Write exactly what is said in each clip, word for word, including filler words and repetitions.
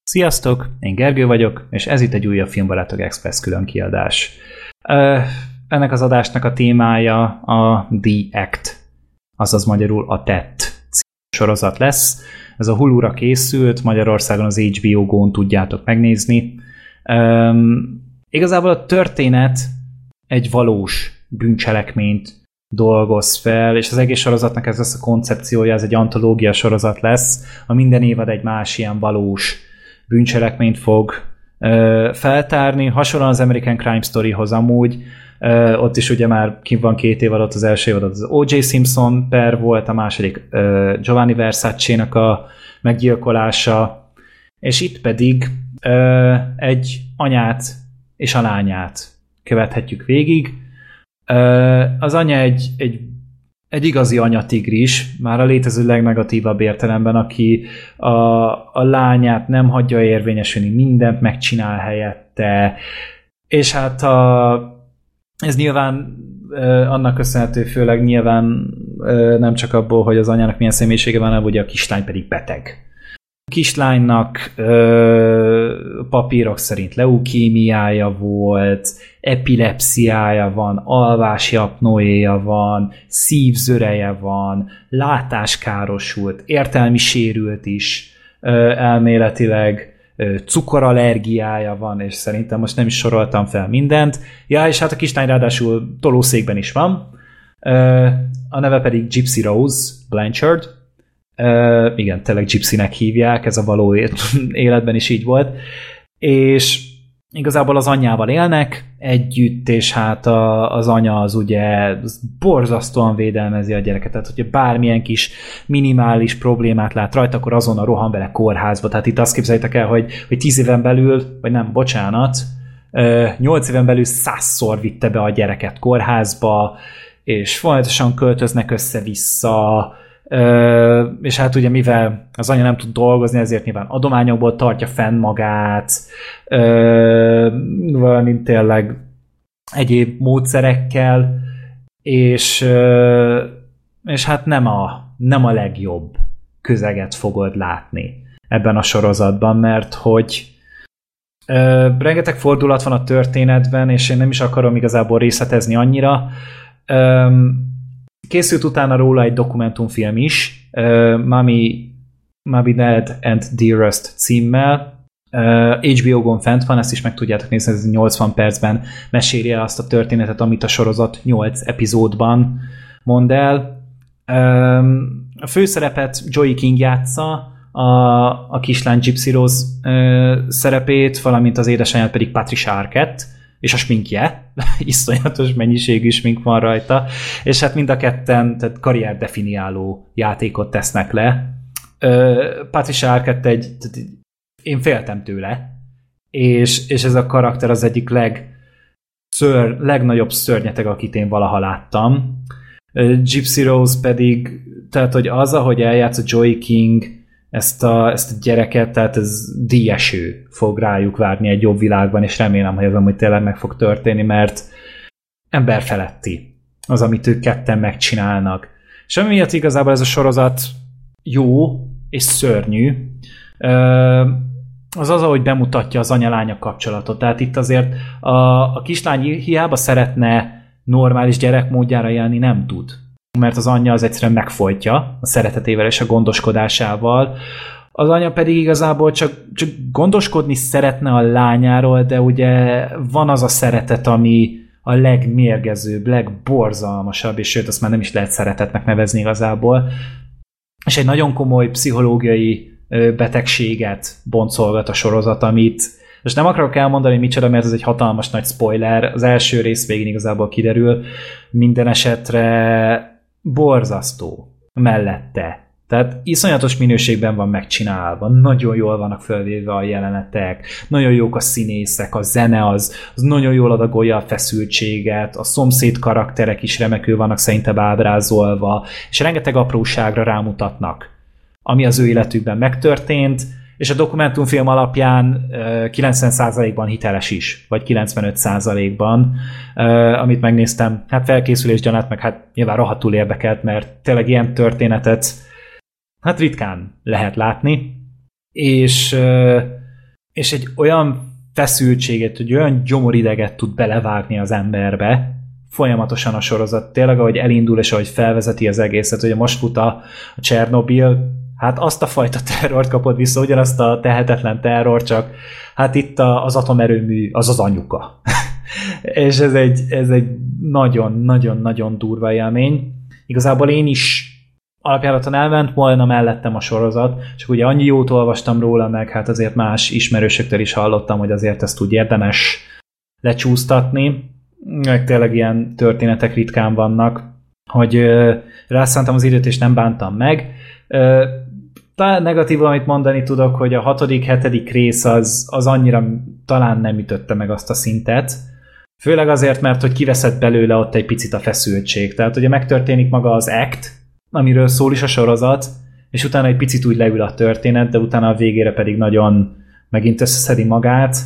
Sziasztok, én Gergő vagyok, és ez itt egy újabb Filmbarátok Express különkiadás. Ennek az adásnak a témája a The Act, azaz magyarul a Tett sorozat lesz. Ez a Hulu-ra készült, Magyarországon az há bé o Go-n tudjátok megnézni. Um, igazából a történet egy valós bűncselekményt dolgoz fel, és az egész sorozatnak ez lesz a koncepciója, ez egy antológia sorozat lesz, a minden évad egy más ilyen valós bűncselekményt fog ö, feltárni, hasonlóan az American Crime Storyhoz amúgy, ö, ott is ugye már kint van két év alatt, az első évad az o jé Simpson per volt, a második ö, Giovanni Versace-nak a meggyilkolása, és itt pedig ö, egy anyát és a lányát követhetjük végig. Ö, az anya egy, egy egy igazi anyatigris, már a létező legnegatívabb értelemben, aki a, a lányát nem hagyja érvényesülni, mindent megcsinál helyette, és hát a, ez nyilván eh, annak köszönhető főleg nyilván eh, nem csak abból, hogy az anyának milyen személyisége van, hanem ugye a kislány pedig beteg. A kislánynak ö, papírok szerint leukémiája volt, epilepsziája van, alvási apnoéja van, szívzöreje van, látáskárosult, értelmi sérült is ö, elméletileg, ö, cukorallergiája van, és szerintem most nem is soroltam fel mindent. Ja, és hát a kislány ráadásul tolószékben is van. Ö, a neve pedig Gypsy Rose Blanchard. Uh, igen, tényleg Gypsynek hívják, ez a való életben is így volt, és igazából az anyjával élnek együtt, és hát a, az anya az ugye borzasztóan védelmezi a gyereket, tehát hogyha bármilyen kis minimális problémát lát rajta, akkor azonnal rohan bele kórházba, tehát itt azt képzeljétek el, hogy, hogy tíz éven belül, vagy nem, bocsánat, nyolc éven belül százszor vitte be a gyereket kórházba, és folyamatosan költöznek össze-vissza, Ö, és hát ugye mivel az anya nem tud dolgozni, ezért nyilván adományokból tartja fenn magát, ö, valamint tényleg egyéb módszerekkel, és, ö, és hát nem a, nem a legjobb közeget fogod látni ebben a sorozatban, mert hogy ö, rengeteg fordulat van a történetben, és én nem is akarom igazából részletezni annyira. Ö, Készült utána róla egy dokumentumfilm is, uh, Mommy, Mommy Dad and Dearest címmel. Uh, há bé o Go-n fent van, ezt is meg tudjátok nézni, ez nyolcvan percben meséli el azt a történetet, amit a sorozat nyolc epizódban mond el. Uh, a főszerepet Joey King játsza, a, a kislány Gypsy Rose uh, szerepét, valamint az édesanyját pedig Patricia Arquette, és a sminkje, iszonyatos mennyiségű smink van rajta, és hát mind a ketten tehát karrierdefiniáló játékot tesznek le. Uh, Patricia Arquette egy, tehát én féltem tőle, és, és ez a karakter az egyik leg, ször, legnagyobb szörnyeteg, akit én valaha láttam. Uh, Gypsy Rose pedig, tehát hogy az, ahogy eljátszott Joey King ezt a, ezt a gyereket, tehát ez díjeső fog rájuk várni egy jobb világban, és remélem, hogy ez amúgy tényleg meg fog történni, mert emberfeletti az, amit ők ketten megcsinálnak. És ami miatt igazából ez a sorozat jó és szörnyű, az az, ahogy bemutatja az anya-lánya kapcsolatot. Tehát itt azért a, a kislány hiába szeretne normális gyerekmódjára élni, nem tud. Mert az anyja az egyszerűen megfojtja a szeretetével és a gondoskodásával. Az anya pedig igazából csak, csak gondoskodni szeretne a lányáról, de ugye van az a szeretet, ami a legmérgezőbb, legborzalmasabb, és sőt, azt már nem is lehet szeretetnek nevezni igazából. És egy nagyon komoly pszichológiai betegséget boncolgat a sorozat, amit most nem akarok elmondani micsoda, mert ez egy hatalmas nagy spoiler. Az első rész végén igazából kiderül, minden esetre borzasztó mellette. Tehát iszonyatos minőségben van megcsinálva, nagyon jól vannak fölvéve a jelenetek, nagyon jók a színészek, a zene az, az nagyon jól adagolja a feszültséget, a szomszéd karakterek is remekül vannak szerintem ábrázolva, és rengeteg apróságra rámutatnak, ami az ő életükben megtörtént, és a dokumentumfilm alapján kilencven százalékban hiteles is, vagy kilencvenöt százalékban, amit megnéztem, hát felkészülés gyanát, meg hát nyilván rohadtul érdekelt, mert tényleg ilyen történetet hát ritkán lehet látni, és és egy olyan feszültséget, hogy olyan gyomorideget tud belevágni az emberbe, folyamatosan a sorozat. Tényleg, ahogy elindul, és ahogy felvezeti az egészet, hogy most fut a, a Csernobil, hát azt a fajta terrort kapod vissza, ugyanazt a tehetetlen terror, csak hát itt a, az atomerőmű, az az anyuka. És ez egy, ez egy nagyon-nagyon-nagyon durva élmény. Igazából én is alapjáraton elment volna mellettem a sorozat, csak ugye annyi jót olvastam róla, meg hát azért más ismerősöktől is hallottam, hogy azért ezt úgy érdemes lecsúsztatni, meg tényleg ilyen történetek ritkán vannak, hogy rászántam az időt, és nem bántam meg. Talán negatív, amit mondani tudok, hogy a hatodik, hetedik rész az, az annyira talán nem ütötte meg azt a szintet, főleg azért, mert hogy kiveszett belőle ott egy picit a feszültség. Tehát ugye megtörténik maga az act, amiről szól is a sorozat, és utána egy picit úgy leül a történet, de utána a végére pedig nagyon megint összeszedi magát.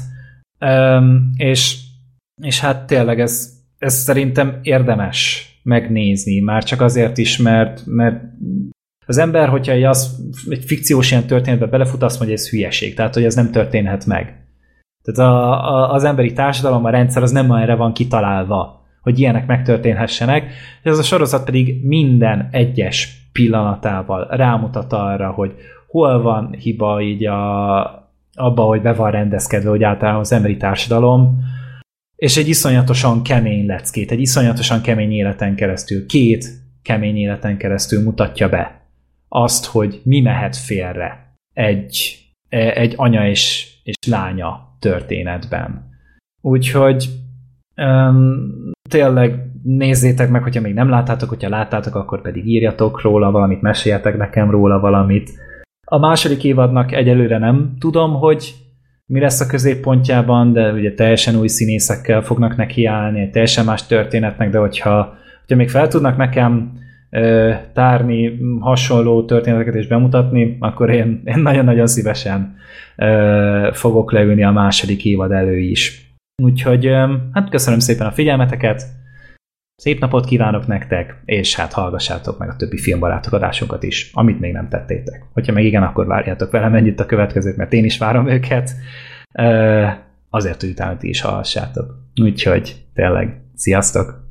Üm, és, és hát tényleg ez, ez szerintem érdemes megnézni, már csak azért is, mert, mert az ember, hogyha egy, az, egy fikciós ilyen történetbe belefut, azt mondja, hogy ez hülyeség, tehát hogy ez nem történhet meg. Tehát a, a, az emberi társadalom, a rendszer az nem erre van kitalálva, hogy ilyenek megtörténhessenek, és ez a sorozat pedig minden egyes pillanatával rámutat arra, hogy hol van hiba így a, abba, hogy be van rendezkedve, hogy általában az emberi társadalom, és egy iszonyatosan kemény leckét, egy iszonyatosan kemény életen keresztül, két kemény életen keresztül mutatja be azt, hogy mi mehet félre egy, egy anya és, és lánya történetben. Úgyhogy um, tényleg nézzétek meg, hogyha még nem láttátok, hogyha láttátok, akkor pedig írjatok róla valamit, meséljetek nekem róla valamit. A második évadnak egyelőre nem tudom, hogy mi lesz a középpontjában, de ugye teljesen új színészekkel fognak nekiállni, egy teljesen más történetnek, de hogyha, hogyha még fel tudnak nekem ö, tárni hasonló történeteket és bemutatni, akkor én, én nagyon-nagyon szívesen ö, fogok leülni a második évad elő is. Úgyhogy hát köszönöm szépen a figyelmeteket, szép napot kívánok nektek, és hát hallgassátok meg a többi filmbarátok adásunkat is, amit még nem tettétek. Hogyha meg igen, akkor várjátok velem együtt a következőt, mert én is várom őket, azért, hogy utána ti is hallgassátok. Úgyhogy tényleg, sziasztok!